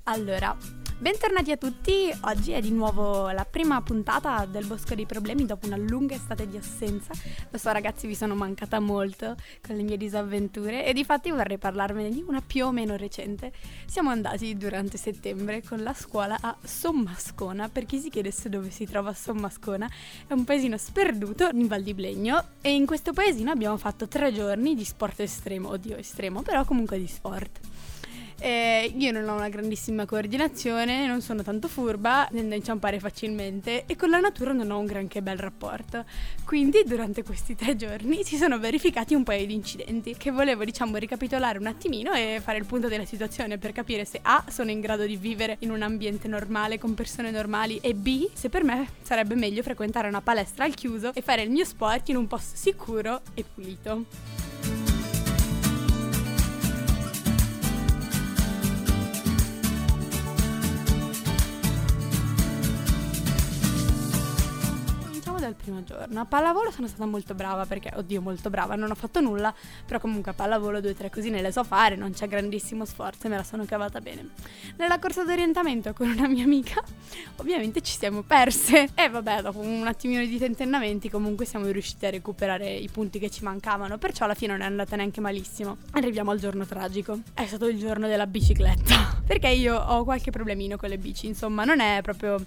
Allora, bentornati a tutti, oggi è di nuovo la prima puntata del Bosco dei Problemi dopo una lunga estate di assenza. Lo so ragazzi, vi sono mancata molto con le mie disavventure e difatti vorrei parlarvene di una più o meno recente. Siamo andati durante settembre con la scuola a Sommascona. Per chi si chiedesse dove si trova Sommascona, è un paesino sperduto in Val di Blegno e in questo paesino abbiamo fatto 3 giorni di sport estremo, oddio estremo, però comunque di sport. Io non ho una grandissima coordinazione, non sono tanto furba, tendo a inciampare facilmente e con la natura non ho un granché bel rapporto. Quindi durante questi 3 giorni si sono verificati un paio di incidenti che volevo ricapitolare un attimino e fare il punto della situazione per capire se A, sono in grado di vivere in un ambiente normale con persone normali e B, se per me sarebbe meglio frequentare una palestra al chiuso e fare il mio sport in un posto sicuro e pulito. Dal primo giorno a pallavolo sono stata molto brava perché, molto brava, non ho fatto nulla, però comunque a pallavolo 2 o 3 cosine le so fare, non c'è grandissimo sforzo e me la sono cavata bene. Nella corsa d'orientamento con una mia amica ovviamente ci siamo perse e vabbè, dopo un attimino di tentennamenti comunque siamo riusciti a recuperare i punti che ci mancavano, perciò alla fine non è andata neanche malissimo. Arriviamo al giorno tragico, è stato il giorno della bicicletta perché io ho qualche problemino con le bici, insomma non è proprio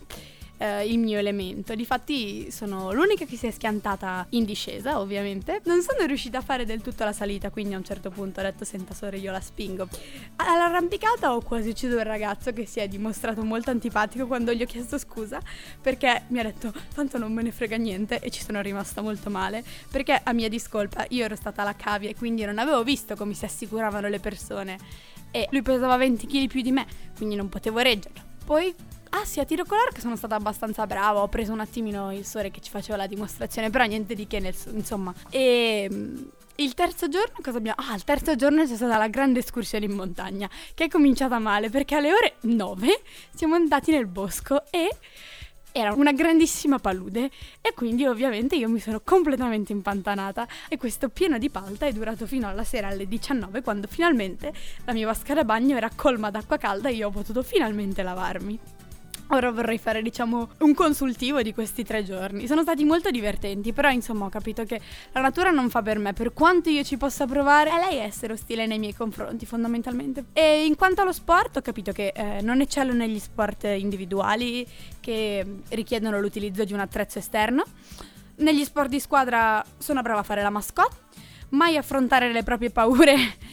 il mio elemento. Difatti sono l'unica che si è schiantata in discesa, ovviamente. Non sono riuscita a fare del tutto la salita, quindi a un certo punto ho detto senta sore, io la spingo. All'arrampicata ho quasi ucciso il ragazzo che si è dimostrato molto antipatico quando gli ho chiesto scusa perché mi ha detto tanto non me ne frega niente e ci sono rimasta molto male perché a mia discolpa io ero stata alla cavia e quindi non avevo visto come si assicuravano le persone e lui pesava 20 kg più di me, quindi non potevo reggerlo. Poi sì, a tiro con l'arco sono stata abbastanza brava, ho preso un attimino il sole che ci faceva la dimostrazione, però niente di che, insomma. E il terzo giorno cosa abbiamo? Il terzo giorno c'è stata la grande escursione in montagna, che è cominciata male, perché alle ore 9 siamo andati nel bosco e era una grandissima palude e quindi ovviamente io mi sono completamente impantanata e questo pieno di palta è durato fino alla sera alle 19 quando finalmente la mia vasca da bagno era colma d'acqua calda e io ho potuto finalmente lavarmi. Ora vorrei fare, un consultivo di questi 3 giorni. Sono stati molto divertenti, però insomma ho capito che la natura non fa per me. Per quanto io ci possa provare, è lei essere ostile nei miei confronti, fondamentalmente. E in quanto allo sport, ho capito che non eccello negli sport individuali che richiedono l'utilizzo di un attrezzo esterno. Negli sport di squadra sono brava a fare la mascotte, mai affrontare le proprie paure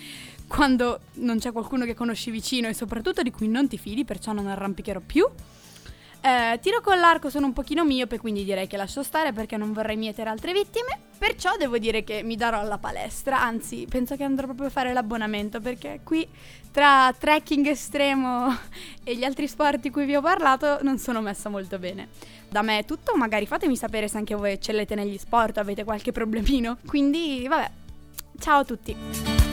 quando non c'è qualcuno che conosci vicino e soprattutto di cui non ti fidi, perciò non arrampicherò più. Tiro con l'arco sono un pochino miope, quindi direi che lascio stare perché non vorrei mietere altre vittime. Perciò devo dire che mi darò alla palestra, anzi penso che andrò proprio a fare l'abbonamento perché qui tra trekking estremo e gli altri sport di cui vi ho parlato non sono messa molto bene. Da me è tutto, magari fatemi sapere se anche voi eccellete negli sport o avete qualche problemino. Quindi vabbè, ciao a tutti!